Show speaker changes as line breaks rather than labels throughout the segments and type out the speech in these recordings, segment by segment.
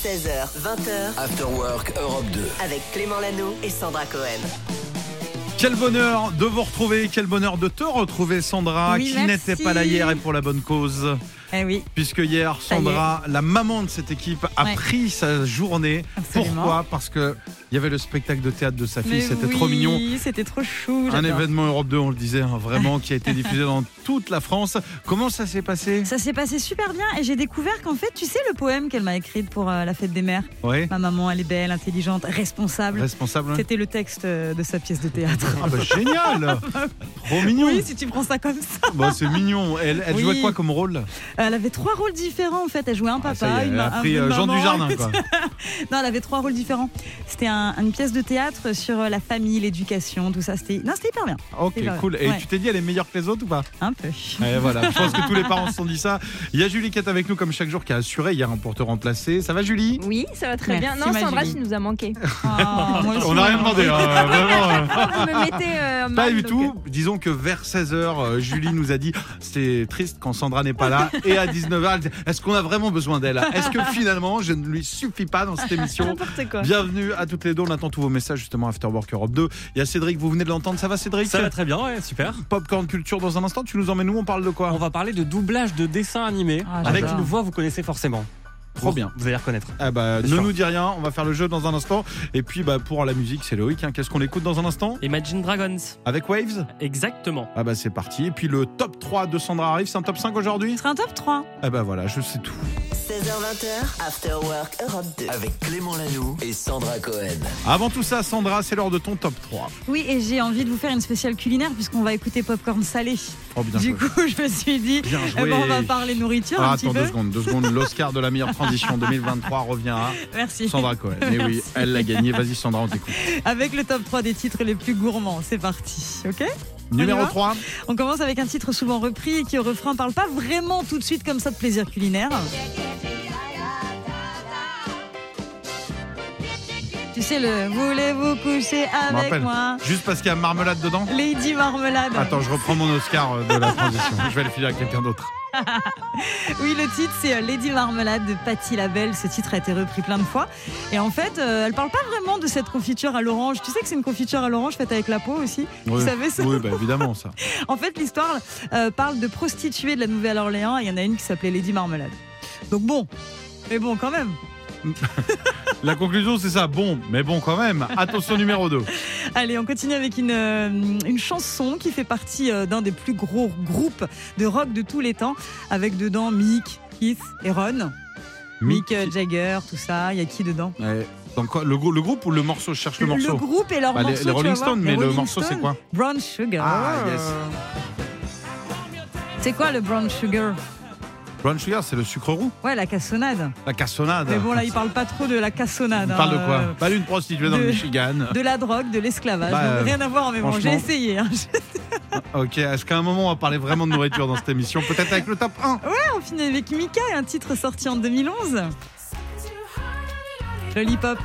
16h, 20h.
After Work Europe 2.
Avec Clément Lanoux et Sandra Cohen.
Quel bonheur de vous retrouver, quel bonheur de te retrouver, Sandra,
oui,
qui
merci.
n'était pas là hier et pour la bonne cause.
Eh oui.
Puisque hier, Sandra, la maman de cette équipe, a pris sa journée.
Absolument.
Pourquoi ? Parce que il y avait le spectacle de théâtre de sa fille,
Mais
c'était
oui,
trop mignon.
C'était trop chou.
Un
j'adore.
événement Europe 2, on le disait, vraiment, qui a été diffusé dans toute la France. Comment ça s'est passé ?
Ça s'est passé super bien et j'ai découvert qu'en fait, tu sais le poème qu'elle m'a écrit pour la fête des mères.
Oui.
Ma maman, elle est belle, intelligente, responsable.
Responsable, ouais.
C'était le texte de sa pièce de théâtre.
Ah bah génial. Trop mignon.
Oui, si tu prends ça comme ça.
Bah, c'est mignon. Elle
Oui.
jouait quoi comme rôle ?
Elle avait 3 rôles différents en fait. Elle jouait un papa,
Ça y est, elle a pris
une
Jean
maman.
Dujardin, quoi.
Non, elle avait 3 rôles différents. C'était une pièce de théâtre sur la famille, l'éducation, tout ça. C'était hyper bien.
Ok,
C'était
cool. Et
ouais.
tu t'es dit, elle est meilleure que les autres ou pas ?
Un peu.
Et voilà, je pense que tous les parents se sont dit ça. Il y a Julie qui est avec nous comme chaque jour, qui a assuré hier pour te remplacer. Ça va, Julie ?
Oui, ça va très
Merci,
bien. Non,
ma
Sandra,
Julie.
tu nous as manqué.
Oh, moi aussi.
On n'a rien demandé, hein, vraiment.
Vous me mettez
Pas
mal,
du
donc,
tout. Disons que vers 16h, Julie nous a dit c'est triste quand Sandra n'est pas là. Et à 19h, elle dit est-ce qu'on a vraiment besoin d'elle ? Est-ce que finalement, je ne lui suffis pas dans cette émission ?
N'importe quoi.
Bienvenue à toutes les deux. On attend tous vos messages justement After Work Europe 2. Il y a Cédric, vous venez de l'entendre. Ça va, Cédric ?
Ça va très bien, ouais, super.
Popcorn Culture dans un instant. Tu nous emmènes où ? On parle de quoi ?
On va parler de doublage de dessins animés
Ah,
avec
j'adore.
une voix que vous connaissez forcément.
Trop bien.
Vous allez reconnaître.
Ah bah,
C'est
ne
sûr.
nous dis rien, on va faire le jeu dans un instant. Et puis pour la musique, c'est Loïc. Qu'est-ce qu'on écoute dans un instant ?
Imagine Dragons.
Avec Waves ?
Exactement.
Ah bah c'est parti. Et puis le top 3 de Sandra arrive. C'est un top 5 aujourd'hui ?
Ce sera un top 3.
Ah bah voilà, je sais tout.
16h, 20h. After Work Europe 2.
Avec Clément Lanoux et Sandra Cohen.
Avant tout ça, Sandra, c'est l'heure de ton top 3.
Oui, et j'ai envie de vous faire une spéciale culinaire puisqu'on va écouter Popcorn salé.
Oh bien
Du
joué.
coup, je me suis dit,
Bien
eh
joué.
ben, on va parler nourriture
Ah,
un petit
attends
peu.
2 secondes. L'Oscar de la meilleure transition 2023 revient à
Merci.
Sandra Cohen. Et oui,
Merci.
elle l'a gagné. Vas-y Sandra, on t'écoute.
Avec le top 3 des titres les plus gourmands. C'est parti, ok ?
Numéro
va
3.
On commence avec un titre souvent repris et qui au refrain parle pas vraiment tout de suite comme ça de plaisir culinaire. Tu sais le voulez-vous coucher
Je me
avec
rappelle.
moi ?
Juste parce qu'il y a marmelade dedans.
Lady Marmelade.
Attends, je reprends mon Oscar de la transition. Je vais le filer à quelqu'un d'autre.
Oui, le titre c'est Lady Marmelade de Patti LaBelle. Ce titre a été repris plein de fois. Et en fait, elle parle pas vraiment de cette confiture à l'orange. Tu sais que c'est une confiture à l'orange faite avec la peau aussi.
Oui.
Tu savais ça ?
Oui, bah évidemment ça.
En fait, l'histoire parle de prostituées de la Nouvelle-Orléans. Et il y en a une qui s'appelait Lady Marmelade. Donc bon, mais bon quand même.
La conclusion c'est ça. Bon, mais bon quand même. Attention numéro 2.
Allez, on continue avec une chanson qui fait partie d'un des plus gros groupes de rock de tous les temps, avec dedans Mick, Keith et Ron. Mick Jagger, tout ça. Il y a qui dedans ?
Donc quoi, le groupe ou le morceau ? Je cherche le morceau.
Le groupe et leur
Bah,
morceau.
les Rolling
tu vas voir.
Stones, mais
Les
le
Rolling
morceau, c'est
Stones.
quoi ?
Brown Sugar.
Ah, yes.
C'est quoi le Brown Sugar ?
Brown Sugar, c'est le sucre roux.
Ouais, la cassonade.
La cassonade.
Mais bon, là, il parle pas trop de la cassonade.
Il parle de
hein,
quoi ? Pas d'une prostituée dans le
de-
Michigan.
De la drogue, de l'esclavage.
Bah,
Donc, rien à voir, mais bon, j'ai
franchement.
essayé. Hein.
Ok, est-ce qu'à un moment on va parler vraiment de nourriture dans cette émission ? Peut-être avec le top 1 ?
On finit avec Mika, un titre sorti en 2011. Lollipop.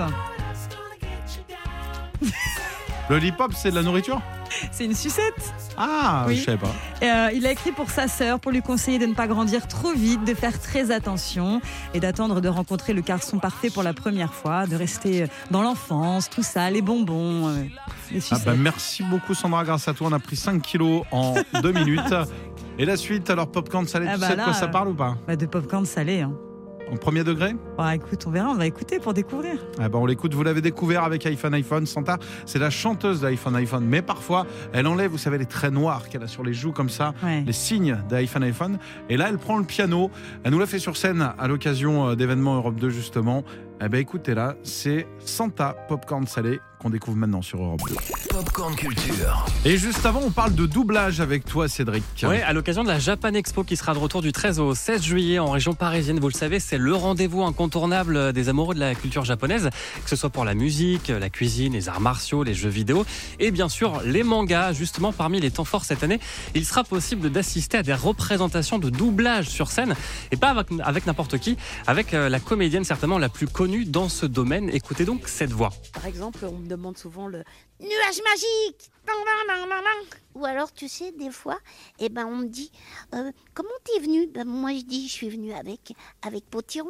Le hip-hop, c'est de la nourriture ?
C'est une sucette.
Ah,
Oui.
je savais pas.
Il a écrit pour sa sœur, pour lui conseiller de ne pas grandir trop vite, de faire très attention et d'attendre de rencontrer le garçon parfait pour la première fois, de rester dans l'enfance, tout ça, les bonbons, les
Ah
sucettes.
bah merci beaucoup Sandra, grâce à toi on a pris 5 kilos en 2 minutes. Et la suite, alors popcorn salé,
Ah
tu
bah
sais de quoi
là,
ça parle ou pas ?
Bah, de popcorn salé. Hein.
En premier degré ?
Bah, écoute, on verra, on va écouter pour découvrir.
Ah bah on l'écoute, vous l'avez découvert avec iPhone. Santa, c'est la chanteuse d'iPhone. Mais parfois, elle enlève, vous savez, les traits noirs qu'elle a sur les joues comme ça,
Ouais.
les signes d'iPhone. Et là, elle prend le piano. Elle nous l'a fait sur scène à l'occasion d'événements Europe 2 justement. Eh ben écoutez là, c'est Santa Popcorn Salé qu'on découvre maintenant sur Europe 2.
Popcorn Culture.
Et juste avant, on parle de doublage avec toi, Cédric.
Ouais, à l'occasion de la Japan Expo qui sera de retour du 13 au 16 juillet en région parisienne. Vous le savez, c'est le rendez-vous incontournable des amoureux de la culture japonaise, que ce soit pour la musique, la cuisine, les arts martiaux, les jeux vidéo et bien sûr les mangas. Justement, parmi les temps forts cette année, il sera possible d'assister à des représentations de doublage sur scène et pas avec n'importe qui, avec la comédienne certainement la plus connue dans ce domaine. Écoutez donc cette voix.
Par exemple, on me demande souvent le nuage magique. Ou alors, tu sais, des fois, on me dit comment t'es venu. Moi, je dis, je suis venue avec Potiron.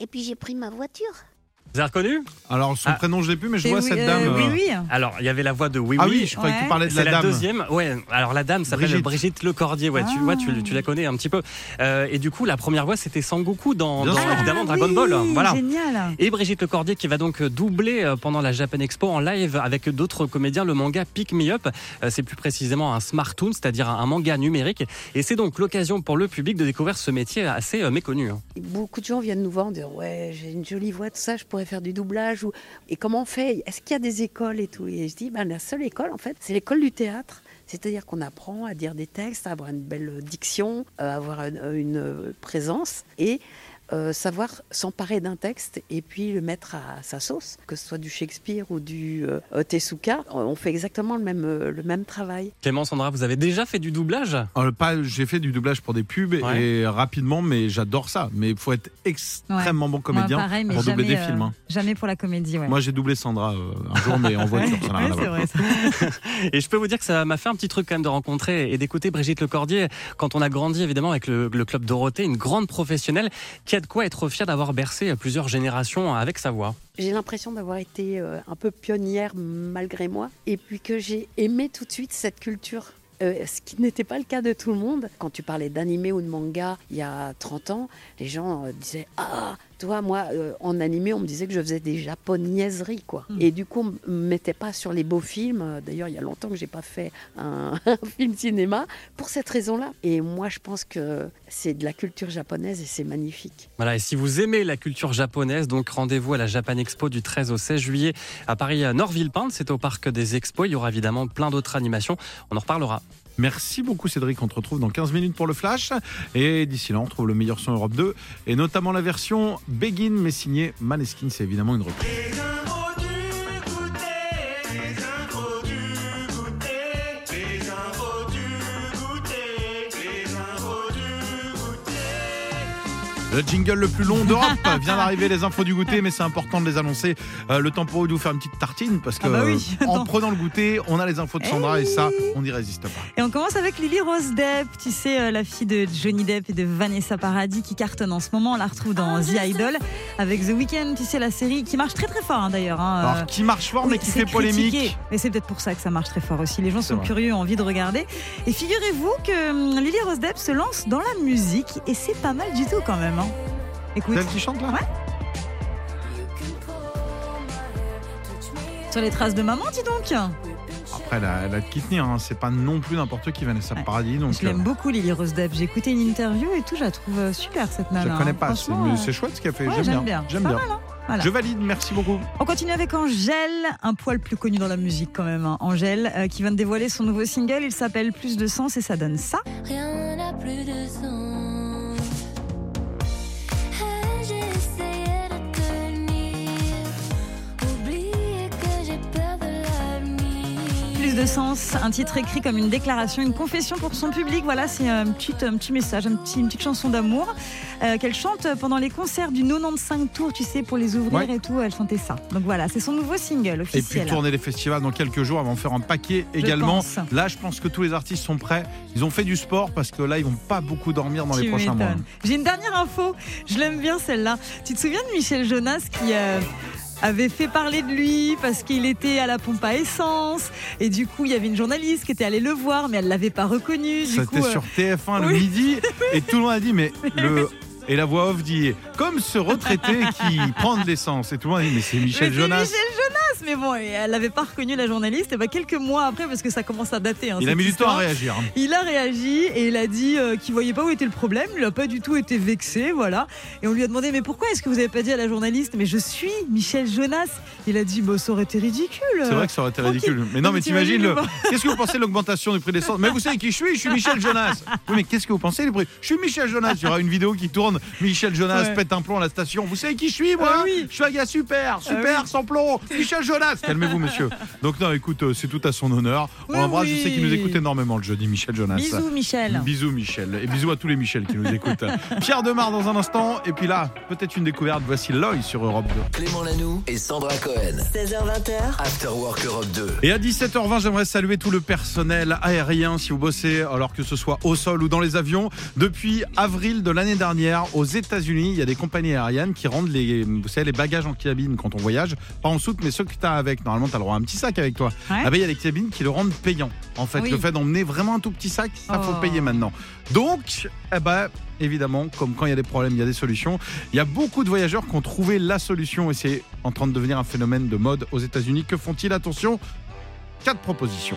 Et puis j'ai pris ma voiture.
Vous avez reconnu?
Alors, son prénom, je l'ai plus, mais je
C'est
vois cette dame.
Oui, oui.
Alors, il y avait la voix de Oui
Ah
Oui.
oui, je croyais que tu
Ouais.
parlais de
C'est
la
la
dame.
deuxième. Ouais, alors la dame s'appelle Brigitte Lecordier. Ouais, tu vois, tu la connais un petit peu. Et du coup, la première voix, c'était Sangoku dans
Bien sûr.
évidemment Dragon
oui,
Ball. Voilà.
Génial.
Et Brigitte Lecordier qui va donc doubler pendant la Japan Expo en live avec d'autres comédiens le manga Pick Me Up. C'est plus précisément un smartoon, c'est-à-dire un manga numérique. Et c'est donc l'occasion pour le public de découvrir ce métier assez méconnu.
Beaucoup de gens viennent nous voir en disant ouais, j'ai une jolie voix, tout ça, je pourrais faire du doublage. Et comment on fait? Est-ce qu'il y a des écoles et tout? Et je dis, la seule école, en fait, c'est l'école du théâtre. C'est-à-dire qu'on apprend à dire des textes, à avoir une belle diction, à avoir une présence et savoir s'emparer d'un texte et puis le mettre à sa sauce, que ce soit du Shakespeare ou du Tezuka. On fait exactement le même travail.
Clément, Sandra, vous avez déjà fait du doublage?
J'ai fait du doublage pour des pubs et rapidement, mais j'adore ça. Mais il faut être extrêmement bon comédien pour doubler des films. Hein.
Jamais pour la comédie. Ouais.
Moi, j'ai doublé Sandra un jour, mais en voiture, ça n'a rien à voir.
Vrai, ça.
Et je peux vous dire que ça m'a fait un petit truc quand même de rencontrer et d'écouter Brigitte Lecordier quand on a grandi évidemment avec le Club Dorothée, une grande professionnelle qui a de quoi être fière d'avoir bercé plusieurs générations avec sa voix.
J'ai l'impression d'avoir été un peu pionnière malgré moi et puis que j'ai aimé tout de suite cette culture. Ce qui n'était pas le cas de tout le monde. Quand tu parlais d'animé ou de manga il y a 30 ans, les gens disaient « Ah, toi, moi, en animé, on me disait que je faisais des japonaiseries, quoi. » Et du coup, on ne me mettait pas sur les beaux films. D'ailleurs, il y a longtemps que je n'ai pas fait un film cinéma pour cette raison-là. Et moi, je pense que c'est de la culture japonaise et c'est magnifique.
Voilà, et si vous aimez la culture japonaise, donc rendez-vous à la Japan Expo du 13 au 16 juillet à Paris, à Nord-Villepinte. C'est au Parc des Expos. Il y aura évidemment plein d'autres animations. On en reparlera.
Merci beaucoup Cédric, on te retrouve dans 15 minutes pour le Flash et d'ici là on trouve le meilleur son Europe 2 et notamment la version Begin mais signée Maneskin, c'est évidemment une reprise. Le jingle le plus long d'Europe vient d'arriver, les infos du goûter, mais c'est important de les annoncer. Le temps pour vous de vous faire une petite tartine parce que en prenant le goûter, on a les infos de Sandra et ça, on n'y résiste pas.
Et on commence avec Lily Rose Depp, tu sais, la fille de Johnny Depp et de Vanessa Paradis qui cartonne en ce moment. On la retrouve dans The Idol avec The Weeknd, tu sais, la série qui marche très très fort d'ailleurs.
Alors qui marche fort mais qui fait polémique.
Et c'est peut-être pour ça que ça marche très fort aussi. Les gens sont curieux, ont envie de regarder. Et figurez-vous que Lily Rose Depp se lance dans la musique et c'est pas mal du tout quand même. Écoute.
C'est elle qui chante là ?
Ouais. Sur les traces de maman, dis donc.
Après, elle a de qui tenir, hein. C'est pas non plus n'importe qui, Vanessa Paradis. Donc,
je l'aime beaucoup, Lily Rose Depp. J'ai écouté une interview et tout, je la trouve super cette nana.
Je la connais pas, c'est chouette ce qu'elle fait.
Ouais, j'aime bien.
J'aime bien.
Mal, hein. Voilà.
Je valide, merci beaucoup.
On continue avec Angèle, un poil plus connu dans la musique quand même. Hein. Angèle, qui vient de dévoiler son nouveau single, il s'appelle Plus de sens et ça donne ça.
Rien n'a plus de sens.
Plus de sens, un titre écrit comme une déclaration, une confession pour son public. Voilà, c'est un petit message, une petite chanson d'amour qu'elle chante pendant les concerts du 95 tours, tu sais, pour les ouvrir et tout. Elle chantait ça. Donc voilà, c'est son nouveau single officiel.
Et puis tourner les festivals dans quelques jours, avant de faire un paquet également. Là, je pense que tous les artistes sont prêts. Ils ont fait du sport parce que là, ils vont pas beaucoup dormir dans les prochains mois.
J'ai une dernière info, je l'aime bien celle-là. Tu te souviens de Michel Jonas qui avait fait parler de lui parce qu'il était à la pompe à essence et du coup il y avait une journaliste qui était allée le voir mais elle l'avait pas reconnu.
C'était sur TF1 le midi et tout le monde a dit et la voix off dit comme ce retraité qui prend de l'essence et tout le monde a dit mais c'est Michel Jonas.
Mais bon, elle n'avait pas reconnu la journaliste. Et quelques mois après, parce que ça commence à dater.
Il a mis du temps à réagir.
Il a réagi et il a dit qu'il voyait pas où était le problème. Il n'a pas du tout été vexé, voilà. Et on lui a demandé mais pourquoi est-ce que vous avez pas dit à la journaliste mais je suis Michel Jonas. Il a dit ça aurait été ridicule.
C'est vrai que ça aurait été ridicule. Mais non, mais t'imagines qu'est-ce que vous pensez de l'augmentation du prix de l'essence? Mais vous savez qui je suis Michel Jonas. Oui, mais qu'est-ce que vous pensez du prix? Je suis Michel Jonas. Il y aura une vidéo qui tourne. Michel Jonas pète un plomb à la station. Vous savez qui je suis moi? Je suis un gars super, sans plomb. Michel Jonas. Jonas, calmez-vous monsieur. Donc non, écoute, c'est tout à son honneur. On
Oui,
l'embrasse,
oui.
je sais qu'il nous écoute énormément le jeudi, Michel Jonas.
Bisous Michel.
Bisous Michel. Et bisous à tous les Michel qui nous écoutent. Pierre Demar dans un instant. Et puis là, peut-être une découverte. Voici Loïc sur Europe 2.
Clément Lanoux et Sandra Cohen.
16h20.
After Work Europe 2.
Et à 17h20, j'aimerais saluer tout le personnel aérien si vous bossez, alors que ce soit au sol ou dans les avions. Depuis avril de l'année dernière, aux États-Unis, il y a des compagnies aériennes qui rendent les bagages en cabine quand on voyage, pas en soute, mais ceux que tu as avec. Normalement, tu as le droit à un petit sac avec toi.
Ouais.
Ah ben, il y a des cabines qui le rendent payant. En fait,
Oui.
le fait d'emmener vraiment un tout petit sac, ça faut
Oh.
payer maintenant. Donc, évidemment, comme quand il y a des problèmes, il y a des solutions. Il y a beaucoup de voyageurs qui ont trouvé la solution et c'est en train de devenir un phénomène de mode aux États-Unis. Que font-ils? Attention, 4 propositions.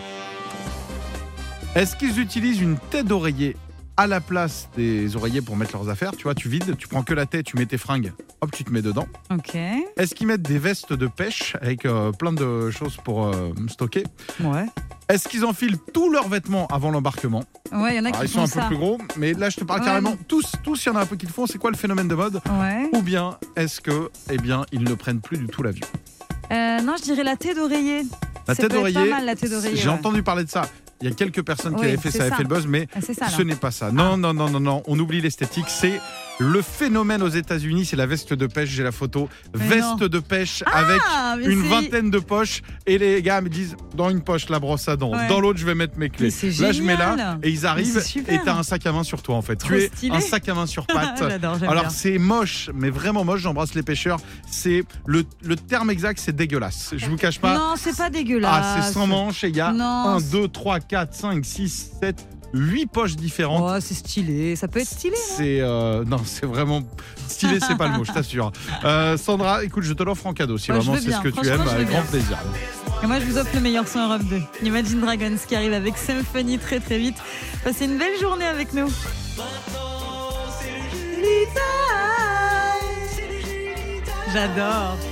Est-ce qu'ils utilisent une tête d'oreiller à la place des oreillers pour mettre leurs affaires? Tu vois, tu vides, tu prends que la tête, tu mets tes fringues, hop, tu te mets dedans.
Ok.
Est-ce qu'ils mettent des vestes de pêche avec plein de choses pour stocker?
Ouais.
Est-ce qu'ils enfilent tous leurs vêtements avant l'embarquement?
Ouais, il y en a
Alors,
qui
ils sont
font
un peu
ça.
plus gros, mais là je te parle
Ouais.
carrément tous, il y en a un peu qui le font. C'est quoi le phénomène de mode?
Ouais.
Ou bien est-ce que, ils ne prennent plus du tout l'avion?
Non, je dirais la tête d'oreiller.
La
Ça
tête
peut être
d'oreiller,
pas mal, la tête d'oreiller,
j'ai
ouais.
entendu parler de ça. Il y a quelques personnes qui
Oui,
avaient fait
c'est
ça, avaient
ça.
fait le buzz, mais
Ah, c'est ça,
ce
alors.
n'est pas ça. Non, on oublie l'esthétique. C'est le phénomène aux États-Unis, c'est la veste de pêche. J'ai la photo.
Mais
Veste
non.
de pêche avec
mais
une
c'est-
vingtaine de poches. Et les gars me disent, dans une poche, la brosse à dents.
Ouais.
Dans l'autre, je vais mettre mes clés.
Mais c'est
Là, je mets là.
génial.
Et ils arrivent.
Mais c'est super.
Et t'as un sac à main sur toi, en fait.
Trop
Tu es
stylé.
un sac à main sur pattes.
J'adore, j'aime
Alors,
bien.
c'est moche, mais vraiment moche. J'embrasse les pêcheurs. C'est le terme exact, c'est dégueulasse. Je vous cache pas.
Non, c'est pas dégueulasse.
Ah, c'est sans manches et il y a
Non,
1, 2, 3, 4, 5, 6, 7, 8 poches différentes.
Oh, c'est stylé. Ça peut être stylé.
C'est non, c'est vraiment stylé, c'est pas le mot, je t'assure. Sandra, écoute, je te l'offre en cadeau si
Ouais, je
vraiment
veux
c'est
bien.
ce que tu
Franchement,
aimes,
je veux
avec
bien.
grand plaisir.
Et moi, je vous offre le meilleur son Europe 2. Imagine Dragons qui arrive avec Symphony très très vite. Passez une belle journée avec nous. J'adore.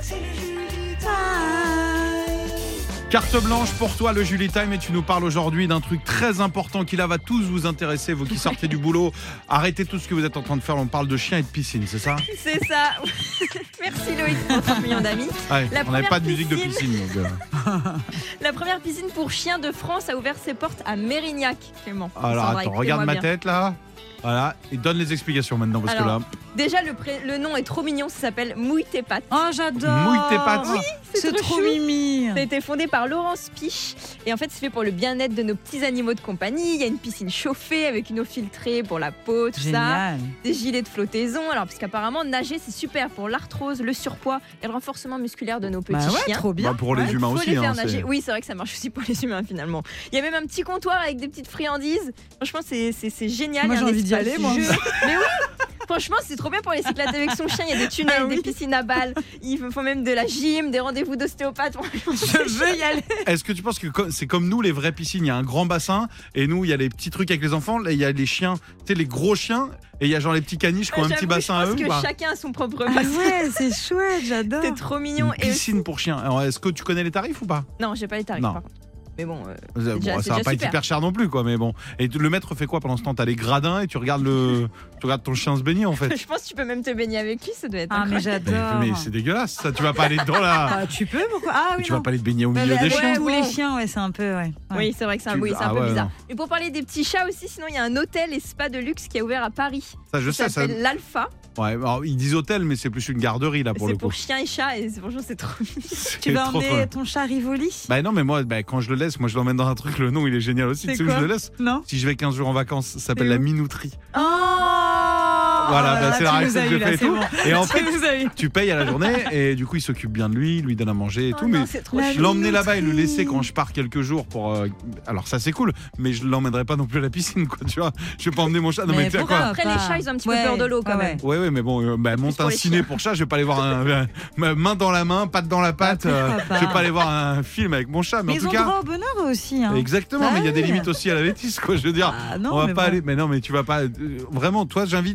Carte blanche pour toi, le Julie Time, et tu nous parles aujourd'hui d'un truc très important qui là va tous vous intéresser, vous qui sortez du boulot. Arrêtez tout ce que vous êtes en train de faire. On parle de chiens et de piscine, c'est ça?
C'est ça. Merci Loïc pour 30 millions d'amis.
Ouais,
La
on n'avait
première
pas de musique de
piscine.
piscine. Donc,
La première piscine pour chiens de France a ouvert ses portes à Mérignac, Clément.
Alors
Sandra,
attends, regarde ma
écoutez-moi bien.
tête là. Voilà, et donne les explications maintenant parce
Alors,
que là,
Déjà, le nom est trop mignon, ça s'appelle Mouille tes pattes.
Oh, j'adore.
mouille tes pattes.
Oui, c'est trop
chou.
mimi.
Ça a été fondé par Laurence Piche et en fait c'est fait pour le bien-être de nos petits animaux de compagnie. Il y a une piscine chauffée avec une eau filtrée pour la peau, tout ça.
Génial.
Des gilets de flottaison. Alors parce qu'apparemment nager c'est super pour l'arthrose, le surpoids et le renforcement musculaire de nos petits
Bah ouais,
chiens.
trop bien.
bah, pour les
Ouais,
humains
faut
aussi.
les faire
hein,
nager.
c'est-
Oui, c'est vrai que ça marche aussi pour les humains finalement. Il y a même un petit comptoir avec des petites friandises. Franchement, c'est génial.
Moi,
Il y a
j'ai
un
envie d'y
espace
aller, moi.
jeu. Mais oui, franchement, c'est trop bien pour les s'éclater avec son chien. Il y a des tunnels,
Ah oui.
des piscines à balles. Il faut même de la gym, des rendez-vous d'ostéopathe.
Je veux y aller.
Est-ce que tu penses que c'est comme nous les vraies piscines, il y a un grand bassin et nous il y a les petits trucs avec les enfants, là il y a les chiens, tu sais les gros chiens et il y a genre les petits caniches qui ont un petit bassin à
Je
eux
pense
ou
que
pas?
chacun a son propre
Ah
bassin.
ouais, c'est chouette, j'adore.
C'est trop mignon.
Une
Et
piscine pour chiens. Alors est-ce que tu connais les tarifs ou pas?
non, j'ai pas les tarifs
Non.
par contre. Mais bon,
Bon,
déjà- c'est
ça va
déjà
pas être
super.
hyper cher non plus quoi, mais bon. Et le maître fait quoi pendant ce temps? T'as les gradins et tu regardes ton chien se baigner en fait.
je pense que tu peux même te baigner avec lui, ça doit être
Ah, mais
incroyable.
j'adore.
Mais c'est dégueulasse ça, tu vas pas aller dans la.
Ah, tu peux, pourquoi? Ah oui,
tu vas
non.
pas aller te baigner au
Ouais,
milieu
mais
des
ouais,
chiens.
tous les chiens, ouais, c'est un peu, ouais. Ouais.
Oui, c'est vrai que c'est un,
Tu-
oui, c'est un
ah
peu
ouais,
bizarre.
non.
Mais pour parler des petits chats aussi, sinon il y a un hôtel et spa de luxe qui a ouvert à Paris.
Ça je sais,
Ça
ça.
s'appelle l'Alpha.
Ouais, alors, ils disent hôtel mais c'est plus une garderie là pour
C'est
le coup.
pour chiens et chats et franchement c'est trop mignon.
Tu
C'est
vas
trop,
emmener
trop.
ton chat Rivoli?
Bah non mais moi quand je le laisse, moi je l'emmène dans un truc, le nom il est génial aussi,
C'est
tu sais où
quoi
je le laisse?
Non?
Si je vais 15 jours en vacances, ça s'appelle
C'est
la
où
minuterie.
Oh
Voilà, bah,
là,
c'est la
tu nous
réaction
as
que je
eu, là,
fais et
c'est
tout.
bon.
Et en
Tu
fait,
nous as eu.
tu payes à la journée et du coup il s'occupe bien de lui, il lui donne à manger et
Oh
tout.
non,
Mais
c'est trop
La
chou.
l'emmener là-bas et le
minuterie.
laisser quand je pars quelques jours pour. Alors ça c'est cool, mais je l'emmènerai pas non plus à la piscine, quoi. Tu vois, je vais pas emmener mon chat. Non mais,
Mais
tu sais
pourquoi
quoi?
Après, les chats, ils ont un petit peu
Ouais,
peur de l'eau, quand même.
Ouais, mais bon, monte
pour
un
les
ciné
chiens.
pour chat, je vais pas aller voir main dans la main, patte dans la patte.
Pourquoi pas
Je vais pas aller voir un film avec mon chat, mais
Mais
en
ils
tout
ont
cas.
droit au bonheur eux aussi. Hein.
Exactement, mais il y a des
Ouais.
limites aussi à la bêtise, quoi. Je veux dire,
Ah, non,
on va
mais
pas
bon.
aller. Mais non, mais tu vas pas. Vraiment, toi, j'invite un.
Moi,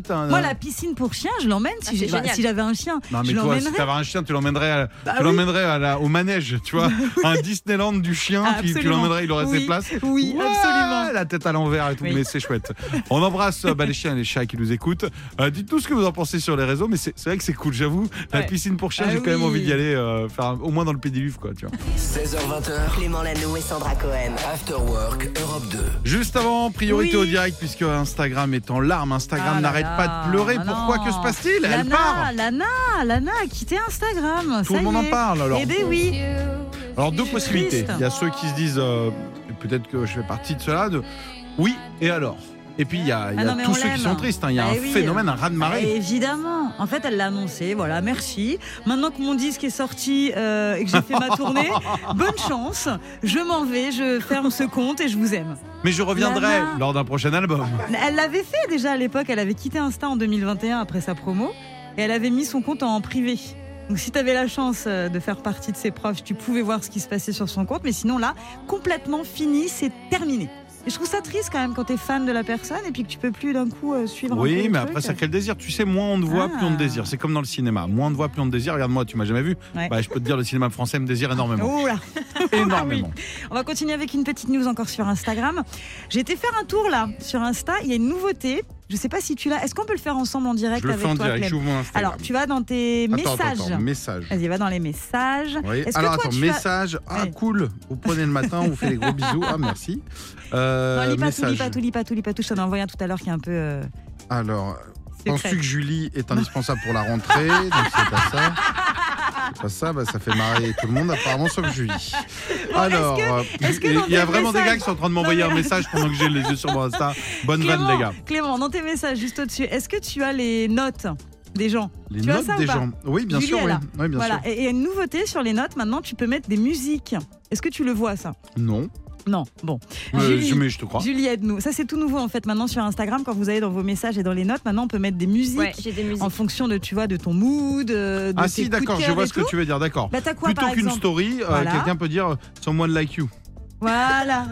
la piscine pour chiens, je l'emmène si
c'est génial.
j'avais un chien.
Non, mais
je
toi, si
l'emmènerais.
t'avais un chien, tu l'emmènerais,
Bah
tu
oui.
l'emmènerais au manège, tu vois, un Disneyland du chien, tu
Absolument.
l'emmènerais, il aurait ses
Oui.
places.
Oui,
Ouais,
absolument.
la tête à l'envers et tout,
Oui.
mais c'est chouette. On embrasse les chiens et les chats qui nous écoutent. Dites-nous ce que vous en pensez sur les réseaux, mais c'est vrai que c'est cool, j'avoue. La
Ouais.
piscine pour chiens,
Ah
j'ai quand même
oui.
envie d'y aller, au moins dans le pédiluve, quoi, tu vois.
16h20h,
Clément Lanoux et Sandra Cohen.
After Work Europe 2.
Juste avant, priorité
Oui.
au direct, puisque Instagram est en larmes. Instagram
Ah là
n'arrête
là.
pas de pleurer.
Ah
Pourquoi
non.
Que se passe-t-il? Elle part.
Lana a quitté Instagram.
Tout
ça
le monde
y
en
est.
parle, alors.
Eh ben oui.
Alors, deux
Je suis
possibilités.
triste.
Il y a ceux qui se disent, peut-être que je fais partie de cela, oui, et alors? Et puis, il y a
non, mais
tous
on
ceux qui
l'aime.
sont tristes. Il y a
Bah
un
oui.
phénomène, un raz-de-marée.
Évidemment. En fait, elle l'a annoncé. Voilà, merci. Maintenant que mon disque est sorti et que j'ai fait ma tournée, bonne chance. Je m'en vais, je ferme ce compte et je vous aime.
Mais je reviendrai
Lana.
lors d'un prochain album.
Elle l'avait fait déjà à l'époque. Elle avait quitté Insta en 2021 après sa promo et elle avait mis son compte en privé. Donc si tu avais la chance de faire partie de ses proches, tu pouvais voir ce qui se passait sur son compte. Mais sinon là, complètement fini, c'est terminé. Et je trouve ça triste quand même quand tu es fan de la personne et puis que tu peux plus d'un coup suivre un peu
Oui,
le
mais
truc.
après, ça crée le désir. Tu sais, moins on te voit, plus on te désire. C'est comme dans le cinéma. Moins on te voit, plus on te désire. Regarde-moi, tu m'as jamais vu.
Ouais.
Bah, je peux te dire, le cinéma français me désire énormément.
Oh là.
Énormément.
On va continuer avec une petite news encore sur Instagram. J'ai été faire un tour là sur Insta. Il y a une nouveauté. Je sais pas si tu l'as. Est-ce qu'on peut le faire ensemble en direct
Je le
avec
fais en
toi,
direct,
Clem
j'ouvre mon Instagram.
Alors, tu vas dans tes messages.
Message.
Vas-y, va dans les messages.
Oui.
Est-ce que
Alors
toi,
attends,
tu as-
message. Ah
Ouais.
cool. Vous prenez le matin, on vous fait des gros bisous. Ah merci.
Non, lis pas tout,
message.
lis pas tout, lis pas tout, lis pas tout. Je t'en ai envoyé un tout à l'heure qui est un peu
Alors,
secret.
penses-tu que Julie est indispensable pour la rentrée? Donc c'est pas ça. C'est pas ça, bah, ça fait marrer tout le monde apparemment sauf Julie. Alors,
est-ce que dans
il y a
tes
vraiment des
messages-
gars qui sont en train de m'envoyer
Non, mais
un
là-
message pendant que j'ai les yeux sur mon Insta. Bonne vanne les gars.
Clément, dans tes messages juste au-dessus, est-ce que tu as les notes des gens?
Les
Tu as
notes
ça ou
des
pas
gens. Oui, bien
Julie,
sûr,
elle
oui.
a.
Oui, bien
Voilà.
sûr.
Et une nouveauté sur les notes, maintenant tu peux mettre des musiques. Est-ce que tu le vois ça?
Non.
Non. Bon.
Mais je te crois.
Julie, aide-nous. Ça, c'est tout nouveau en fait maintenant sur Instagram. Quand vous allez dans vos messages et dans les notes, maintenant on peut mettre des musiques
Ouais, j'ai des musiques.
en fonction de, tu vois, de ton mood. De
Ah
tes
si,
coups de
d'accord, je
cœur
vois
et
ce que
tout.
tu veux dire, d'accord.
Bah, t'as quoi,
Plutôt
par
qu'une
exemple
story,
Voilà.
quelqu'un peut dire Someone like you.
Voilà.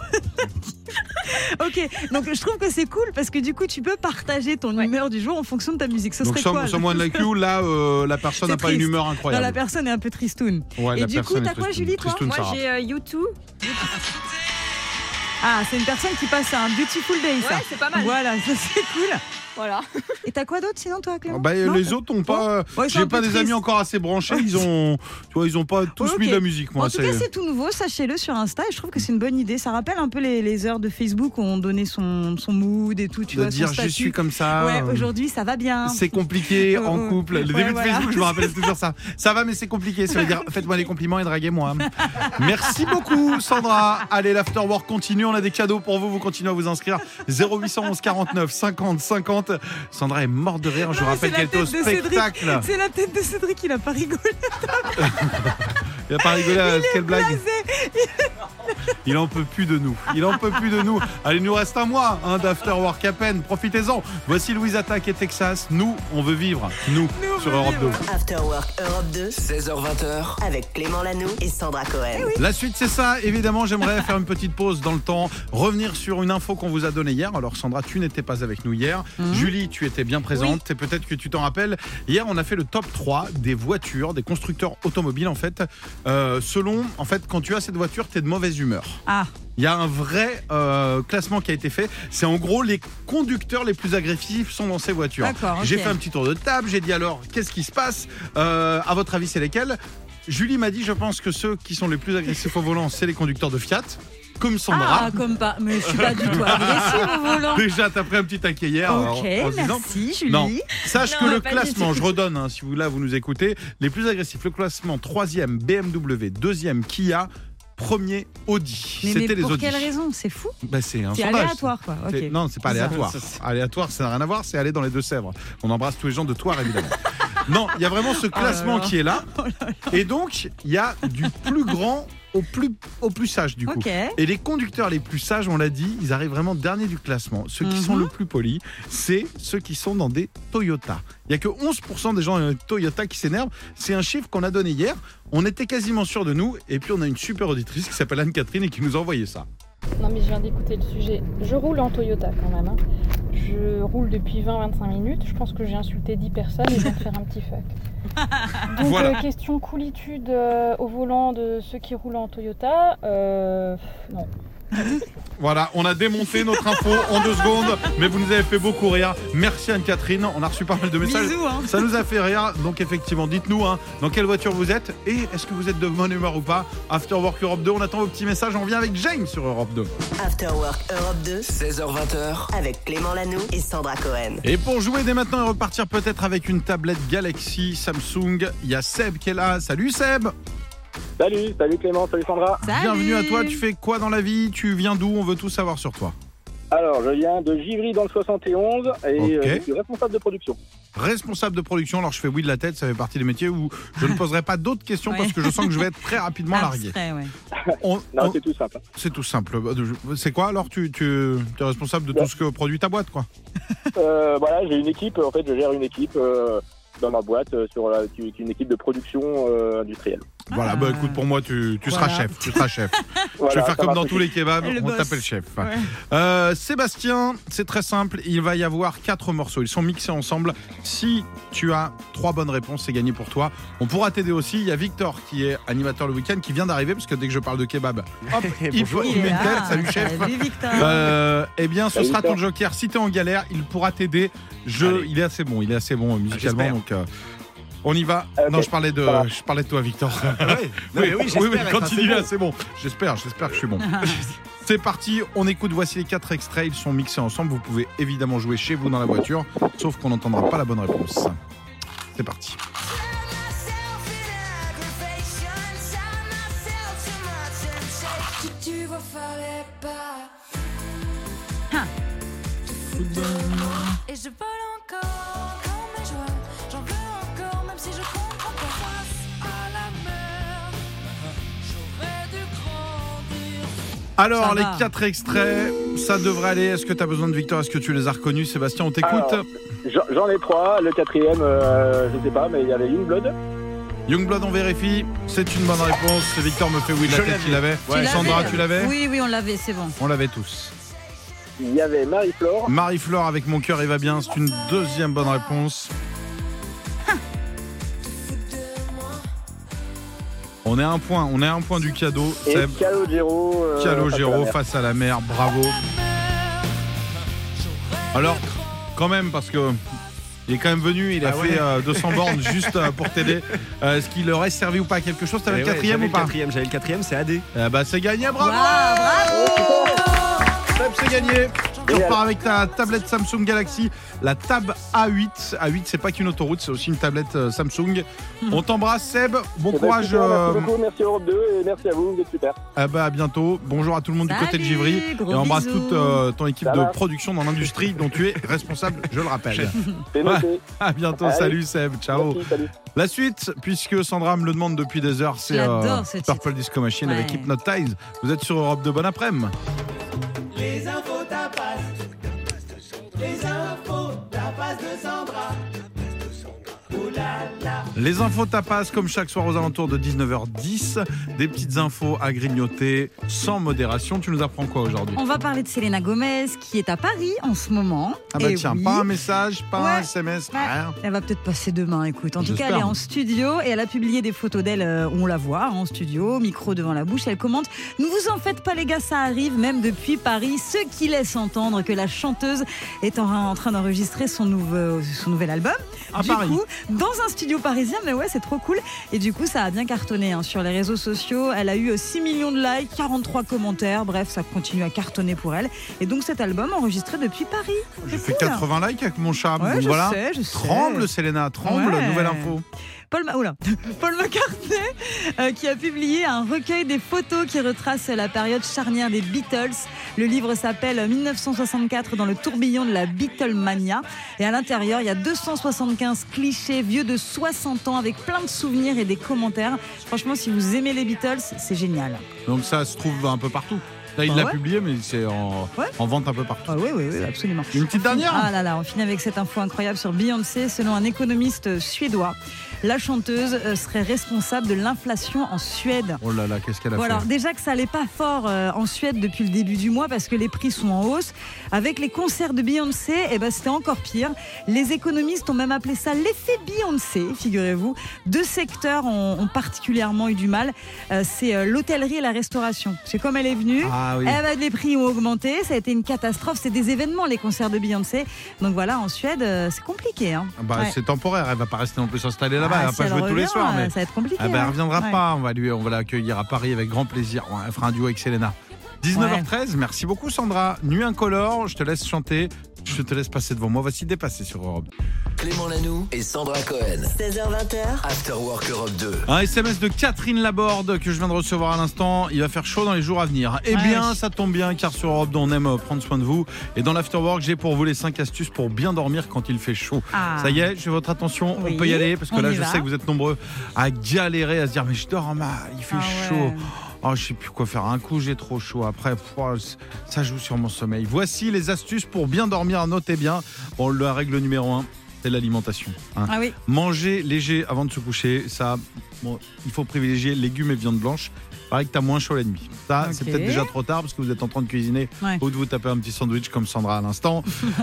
Ok, donc je trouve que c'est cool parce que du coup tu peux partager ton humeur du jour en fonction de ta musique. Ce
Donc
serait quoi là
Someone like you, là, la personne
C'est
n'a pas une
triste.
humeur
Non,
incroyable.
la personne est un peu tristoun.
Ouais,
Et
la
du coup,
personne
t'as
est
quoi,
tristoun.
Julie, toi
Tristoun,
Moi,
Sarah.
j'ai U2.
Ah, c'est une personne qui passe un beautiful day, ça.
Ouais, c'est pas mal.
Voilà, ça c'est cool.
Voilà.
Et t'as quoi d'autre sinon, toi, Clément?
Bah,
Non,
les
t'as-
autres ont pas.
Ouais, ils sont
J'ai
un
pas
peu
des
tristes.
amis encore assez branchés. Ils ont, tu vois, ils ont pas tous
Ok.
mis de la musique. Moi,
En tout cas, c'est tout nouveau, sachez-le sur Insta et je trouve que c'est une bonne idée. Ça rappelle un peu les heures de Facebook où on donnait son mood et tout, tu
de
vois, son
dire je
statut.
suis comme ça.
Ouais, aujourd'hui ça va bien.
C'est compliqué en couple. Le
Ouais,
début
voilà.
de Facebook, je me rappelle toujours ça. Ça va, mais c'est compliqué. Ça veut dire faites-moi des compliments et draguez-moi. Merci beaucoup, Sandra. Allez, l'afterwork continue. On a des cadeaux pour vous. Vous continuez à vous inscrire. 0811 49 50 50. Sandra est morte de rire. Je
Non,
rappelle
c'est la
qu'elle était au
tête de Cédric.
spectacle.
C'est la tête de Cédric, il a pas rigolé.
Il a pas rigolé à quelle blague.
Blasé.
Il en peut plus de nous. Il en peut plus de nous. Allez, il nous reste un mois d'afterwork à peine. Profitez-en. Voici Louise Attaque et Texas. Nous, on veut vivre. Nous,
on
sur
veut
Europe 2.
vivre.
After Work Europe 2
16h20h.
avec Clément Lanoux et Sandra Cohen.
La suite, c'est ça. Évidemment, j'aimerais faire une petite pause dans le temps, revenir sur une info qu'on vous a donnée hier. Alors, Sandra, tu n'étais pas avec nous hier. Julie, tu étais bien présente. Et peut-être que tu t'en rappelles. Hier, on a fait le top 3 des voitures, des constructeurs automobiles, en fait. Selon, en fait, quand tu as cette voiture, tu es de mauvaise humeur.
Ah.
Il y a un vrai classement qui a été fait. C'est en gros les conducteurs les plus agressifs sont dans ces voitures.
D'accord, ok.
J'ai fait un petit tour de table. J'ai dit alors, qu'est-ce qui se passe À votre avis, c'est lesquels? Julie m'a dit, je pense que ceux qui sont les plus agressifs au volant, c'est les conducteurs de Fiat. Comme Sandra.
Ah, comme pas. Mais je suis pas du tout agressive au volant.
Déjà, t'as pris un petit taquet hier.
Ok,
en se disant-
merci Julie.
Non, sache
Non,
que le
pas du
classement,
tout.
je redonne, hein, si vous là vous nous écoutez, les plus agressifs, le classement 3e BMW, 2e Kia, 1er Audi.
Mais
C'était les
pour
Audi.
quelle raison? C'est fou.
Bah, c'est un
C'est
sondage.
aléatoire, quoi. Ok.
C'est- Non, c'est pas
Bizarre.
aléatoire. Aléatoire, ça n'a rien à voir, c'est aller dans les Deux-Sèvres. On embrasse tous les gens de Thouars, évidemment. Non, il y a vraiment ce classement
là.
qui est là. Et donc, il y a du plus grand au plus sage, du coup.
Ok.
Et les conducteurs les plus sages, on l'a dit, ils arrivent vraiment dernier du classement. Ceux qui sont le plus polis, c'est ceux qui sont dans des Toyota. Il n'y a que 11% des gens dans Toyota qui s'énervent. C'est un chiffre qu'on a donné hier. On était quasiment sûr de nous. Et puis, on a une super auditrice qui s'appelle Anne-Catherine et qui nous a envoyé ça.
Non mais je viens d'écouter le sujet. Je roule en Toyota quand même. Hein. je roule depuis 20-25 minutes. Je pense que j'ai insulté 10 personnes et je viens de faire un petit fuck. Donc,
Voilà.
Question coolitude au volant de ceux qui roulent en Toyota. Non.
Voilà, on a démonté notre info en 2 secondes, mais vous nous avez fait beaucoup rire. Merci Anne-Catherine, on a reçu pas mal de messages.
Bisous, hein.
Ça nous a fait rire, donc effectivement, dites-nous dans quelle voiture vous êtes et est-ce que vous êtes de bonne humeur ou pas. After Work Europe 2, on attend vos petits messages, on vient avec Jane sur Europe 2.
After Work Europe 2
16h20.
avec Clément Lanoux et Sandra Cohen.
Et pour jouer dès maintenant et repartir peut-être avec une tablette Galaxy Samsung, il y a Seb qui est là. Salut Seb.
Salut Clément, salut Sandra.
Salut.
Bienvenue à toi, tu fais quoi dans la vie? Tu viens d'où? On veut tout savoir sur toi.
Alors, je viens de Givry dans le 71 et
Ok.
je suis responsable de production.
Responsable de production, alors je fais oui de la tête, ça fait partie des métiers où je ne poserai pas d'autres questions
Ouais.
parce que je sens que je vais être très rapidement largué.
Abstrait, ouais.
Non, c'est tout simple.
C'est tout simple. C'est quoi alors? Tu es responsable de tout ce que produit ta boîte, quoi?
Voilà, j'ai une équipe, en fait, je gère une équipe dans ma boîte, une équipe de production industrielle.
Voilà, bah écoute, pour moi, tu seras
Voilà.
chef. Tu seras chef.
Voilà,
je vais faire
ça
comme dans
marche.
tous les kebabs,
Le
on
boss.
t'appelle chef.
Ouais.
Sébastien, c'est très simple. Il va y avoir 4 morceaux. Ils sont mixés ensemble. Si tu as 3 bonnes réponses, c'est gagné pour toi. On pourra t'aider aussi. Il y a Victor qui est animateur le week-end qui vient d'arriver parce que dès que je parle de kebab, hop, il
Il
met
est
une
là.
tête. Salut chef.
Salut Victor.
Eh bien, ce
Salut,
sera ton
Victor.
joker. Si t'es en galère, il pourra t'aider. Il est assez bon musicalement.
j'espère.
Donc, on y va.
Ok,
Non, je parlais de
ça va.
toi, Victor.
Oui, j'espère
quand
être
il
assez
dit
bon.
c'est bon. J'espère que je suis bon. C'est parti, on écoute. Voici les 4 extraits. Ils sont mixés ensemble. Vous pouvez évidemment jouer chez vous dans la voiture, sauf qu'on n'entendra pas la bonne réponse. C'est parti.
Et je vole encore quand mes joies. J'en veux encore, même si je comprends pas. Face à la mer, j'aurais dû grandir.
Alors,
Ça
les
va.
4 extraits, ça devrait aller. Est-ce que tu as besoin de Victor? Est-ce que tu les as reconnus? Sébastien, on t'écoute.
Alors, J'en ai 3, le 4e, je sais pas, mais il y avait Youngblood.
Youngblood, on vérifie. C'est une bonne réponse. Victor me fait oui de la
Je
tête
l'avais.
qu'il avait.
Tu l'avais
Sandra, tu l'avais?
Oui, on l'avait, c'est bon.
On l'avait tous.
Il y avait Marie-Flore.
Marie-Flore avec Mon cœur, il va bien. C'est une 2e bonne réponse. On est à un point du cadeau.
Et
Seb.
Calogero.
Calogero face à la mer, bravo. Alors, quand même, parce que il est quand même venu, il a fait 200 bornes juste pour t'aider. Est-ce qu'il aurait servi ou pas à quelque chose? T'avais le 4e ou pas?
J'avais le 4e, c'est AD.
Bah c'est gagné, bravo.
Bravo.
Seb, c'est gagné. Tu repars avec ta tablette Samsung Galaxy, la Tab A8. A8, c'est pas qu'une autoroute, c'est aussi une tablette Samsung. On t'embrasse, Seb. Bon courage.
Merci beaucoup, merci Europe 2 et merci à vous, vous êtes super.
À bientôt. Bonjour à tout le monde du côté de
Salut,
Givry.
gros
Et embrasse
bisous.
toute ton équipe
Ça
de
va.
production dans l'industrie dont tu es responsable, je le rappelle.
C'est noté.
À bientôt,
Allez.
salut Seb, ciao.
Merci, salut.
La suite, puisque Sandra me le demande depuis des heures, c'est
J'adore ce titre.
Purple Disco Machine
Ouais.
avec Hypnotize. Vous êtes sur Europe de Bon après-midi.
Les infos tapas. Les infos tapas de Sandra. Ouh là là.
Les infos tapas, comme chaque soir aux alentours de 19h10. Des petites infos à grignoter sans modération. Tu nous apprends quoi aujourd'hui?
On va parler de Selena Gomez qui est à Paris en ce moment.
Ah bah
Et
tiens,
oui.
pas un message, pas un
Ouais.
SMS,
Ouais.
rien.
Elle va peut-être passer demain, écoute. En tout cas,
J'espère.
elle est en studio et elle a publié des photos d'elle où on la voit en studio, micro devant la bouche. Elle commente « Ne vous en faites pas les gars, ça arrive même depuis Paris », ce qui laisse entendre que la chanteuse est en train d'enregistrer son nouvel album.
À
du
Paris.
coup, dans un studio parisien, mais ouais, c'est trop cool. Et du coup, ça a bien cartonné sur les réseaux sociaux. Elle a eu 6 millions de likes, 43 commentaires. Bref, ça continue à cartonner pour elle. Et donc, cet album enregistré depuis Paris.
J'ai
C'est
fait
cool.
80 likes avec mon chat.
Ouais,
Donc
je
voilà.
sais, je sais.
Tremble, Selena, tremble.
Ouais.
Nouvelle info.
Paul McCartney qui a publié un recueil des photos qui retrace la période charnière des Beatles. Le livre s'appelle 1964 dans le tourbillon de la Beatlemania. Et à l'intérieur, il y a 275 clichés vieux de 60 ans avec plein de souvenirs et des commentaires. Franchement, si vous aimez les Beatles, c'est génial.
Donc ça se trouve un peu partout. Là, il
Bah
l'a
ouais.
publié, mais c'est en vente un peu partout.
Oui, absolument.
Une petite dernière.
Ah là là, on finit avec cette info incroyable sur Beyoncé. Selon un économiste suédois, la chanteuse serait responsable de l'inflation en Suède.
Oh là là, qu'est-ce qu'elle a
Voilà,
fait?
déjà que ça allait pas fort en Suède depuis le début du mois parce que les prix sont en hausse. Avec les concerts de Beyoncé, c'était encore pire. Les économistes ont même appelé ça l'effet Beyoncé, figurez-vous. 2 secteurs ont particulièrement eu du mal. C'est l'hôtellerie et la restauration. C'est comme elle est venue.
Ah oui.
Les prix ont augmenté. Ça a été une catastrophe. C'est des événements, les concerts de Beyoncé. Donc voilà, en Suède, c'est compliqué. Hein. Ouais.
C'est temporaire. Elle va pas rester non plus s'installer là-bas.
Ah,
elle va
si
pas
elle
jouer tous les
revient,
soirs. Mais...
ça va être compliqué.
Elle reviendra
Ouais.
pas. On va l'accueillir à Paris avec grand plaisir. Ouais, elle fera un duo avec Selena. 19h13. Merci beaucoup, Sandra. Nuit incolore. Je te laisse chanter. Je te laisse passer devant moi. Voici Dépasser sur Europe.
Clément Lanoux et Sandra Cohen.
16h20.
After Work Europe 2.
Un SMS de Catherine Laborde que je viens de recevoir à l'instant. Il va faire chaud dans les jours à venir. Eh bien, ça tombe bien car sur Europe 2, on aime prendre soin de vous. Et dans l'Afterwork, j'ai pour vous les 5 astuces pour bien dormir quand il fait chaud.
Ah.
Ça y est, j'ai votre attention.
Oui,
on peut y aller parce que
on
là,
y
je
va.
sais que vous êtes nombreux à galérer, à se dire mais je dors mal, il fait chaud. Oh, je sais plus quoi faire. Un coup, j'ai trop chaud. Après, ça joue sur mon sommeil. Voici les astuces pour bien dormir. Notez bien. Bon, la règle numéro 1, c'est l'alimentation. Hein.
Ah oui.
Manger léger avant de se coucher. Ça, il faut privilégier légumes et viande blanche. Pareil que tu as moins chaud la nuit. Ça, c'est peut-être déjà trop tard parce que vous êtes en train de cuisiner ou de vous taper un petit sandwich comme Sandra à l'instant.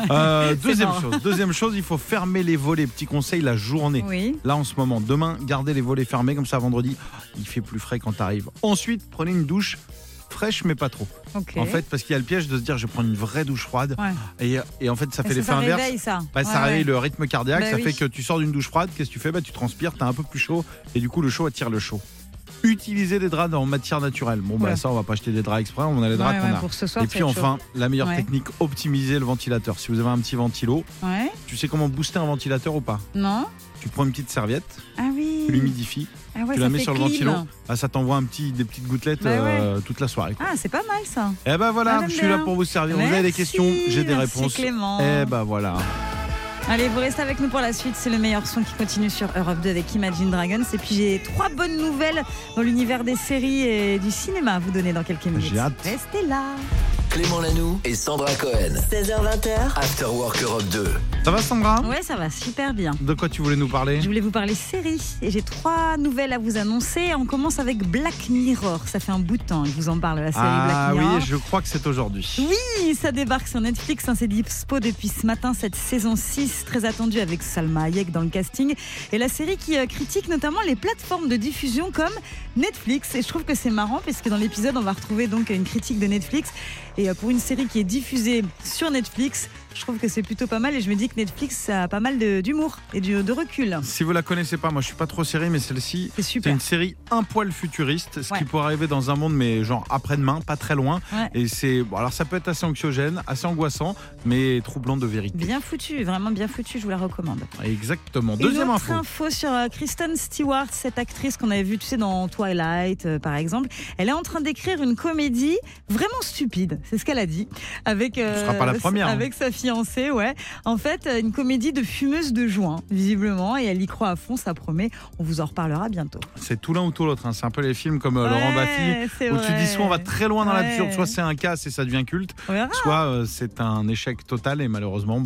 Deuxième chose, il faut fermer les volets. Petit conseil, la journée.
Oui.
Là, en ce moment, demain, gardez les volets fermés. Comme ça, vendredi, il fait plus frais quand tu arrives. Ensuite, prenez une douche fraîche, mais pas trop.
Okay.
En fait, parce qu'il y a le piège de se dire, je vais prendre une vraie douche froide.
Ouais.
Et en fait, ça fait l'effet inverse.
Réveille, ça.
Ça réveille le rythme cardiaque. Ça
oui.
fait que tu sors d'une douche froide. Qu'est-ce que tu fais? Tu transpires, tu as un peu plus chaud. Et du coup, le chaud attire le chaud. Utilisez des draps en matière naturelle. Bon, ça, on va pas acheter des draps exprès, on a les draps qu'on a.
Pour ce soir,
et puis enfin, la meilleure technique, optimiser le ventilateur. Si vous avez un petit ventilo, tu sais comment booster un ventilateur ou pas?
Non.
Tu prends une petite serviette, tu l'humidifies, tu la mets sur le ventilo, ça t'envoie des petites gouttelettes toute la soirée.
Ah, c'est pas mal ça.
Et voilà, je suis là pour vous servir. Vous avez des questions, j'ai des réponses.
Clément.
Et voilà.
Allez, vous restez avec nous pour la suite. C'est le meilleur son qui continue sur Europe 2 avec Imagine Dragons. Et puis j'ai 3 bonnes nouvelles dans l'univers des séries et du cinéma à vous donner dans quelques minutes.
J'ai hâte.
Restez là.
Clément Lanoux et Sandra Cohen.
16h20.
After Work Europe 2.
Ça va, Sandra?
Ouais, ça va super bien.
De quoi tu voulais nous parler?
Je voulais vous parler série et j'ai 3 nouvelles à vous annoncer. On commence avec Black Mirror. Ça fait un bout de temps que je vous en parle, la série Black Mirror.
Ah oui, je crois que c'est aujourd'hui.
Oui, ça débarque sur Netflix. C'est dispo depuis ce matin, cette saison 6, très attendue avec Salma Hayek dans le casting. Et la série qui critique notamment les plateformes de diffusion comme Netflix. Et je trouve que c'est marrant parce que dans l'épisode, on va retrouver donc une critique de Netflix. Et pour une série qui est diffusée sur Netflix, je trouve que c'est plutôt pas mal et je me dis que Netflix a pas mal d'humour et de recul.
Si vous la connaissez pas, moi je suis pas trop série, mais celle-ci, c'est une série un poil futuriste, ce qui pourrait arriver dans un monde mais genre après-demain, pas très loin. Et c'est alors ça peut être assez anxiogène, assez angoissant, mais troublant de vérité.
Bien foutu, vraiment bien foutu, je vous la recommande.
Exactement. Deuxième
info.
info.
Info sur Kristen Stewart, cette actrice qu'on avait vue, tu sais, dans Twilight, par exemple. Elle est en train d'écrire une comédie vraiment stupide, c'est ce qu'elle a dit, avec
Ce sera pas la première.
Avec sa fiancée, En fait, une comédie de fumeuse de joint, visiblement, et elle y croit à fond, ça promet. On vous en reparlera bientôt.
C'est tout l'un ou tout l'autre. C'est un peu les films comme Laurent Baffy, où tu dis soit on va très loin dans l'absurde, soit c'est un casse et ça devient culte, soit c'est un échec total et malheureusement,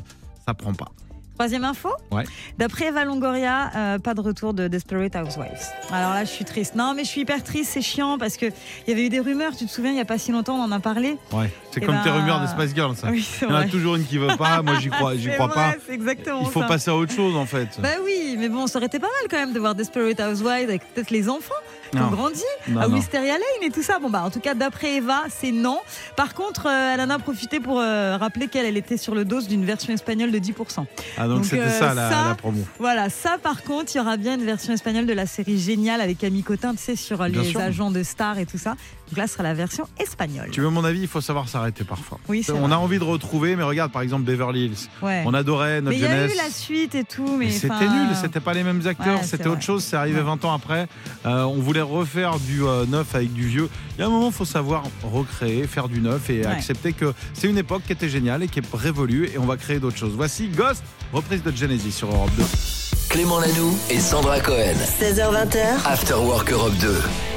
ça prend pas.
Troisième info, d'après Eva Longoria, pas de retour de Desperate Housewives. Alors là, je suis triste. Non, mais je suis hyper triste, c'est chiant parce qu'il y avait eu des rumeurs, tu te souviens, il n'y a pas si longtemps, on en a parlé.
Ouais, c'est comme tes rumeurs des Spice Girls, ça.
Oui,
il y en a toujours une qui veut pas, moi j'y crois pas.
C'est exactement
il faut
ça.
passer à autre chose en fait.
Bah oui, mais bon, ça aurait été pas mal quand même de voir Desperate Housewives avec peut-être les enfants qui ont grandi, à Wisteria Lane et tout ça. Bon, en tout cas, d'après Eva, c'est non. Par contre, elle en a profité pour rappeler qu'elle était sur le dos d'une version espagnole de 10%.
Ah, donc c'était ça la promo.
Voilà, ça par contre, il y aura bien une version espagnole de la série Géniale avec Camille Cotin, tu sais, sur les agents de stars et tout ça. Donc là, ce sera la version espagnole.
Tu veux mon avis, il faut savoir s'arrêter parfois.
Oui, c'est
on
vrai.
a envie de retrouver, mais regarde par exemple Beverly Hills. On adorait notre jeunesse.
Mais il y a eu la suite et tout. Mais
c'était nul, c'était pas les mêmes acteurs, c'était autre chose, c'est arrivé 20 ans après. On voulait refaire du neuf avec du vieux. Il y a un moment, il faut savoir recréer, faire du neuf et accepter que c'est une époque qui était géniale et qui est révolue et on va créer d'autres choses. Voici Ghost, reprise de Genesis sur Europe 2.
Clément Lanoux et Sandra Cohen.
16h20.
After Work Europe 2.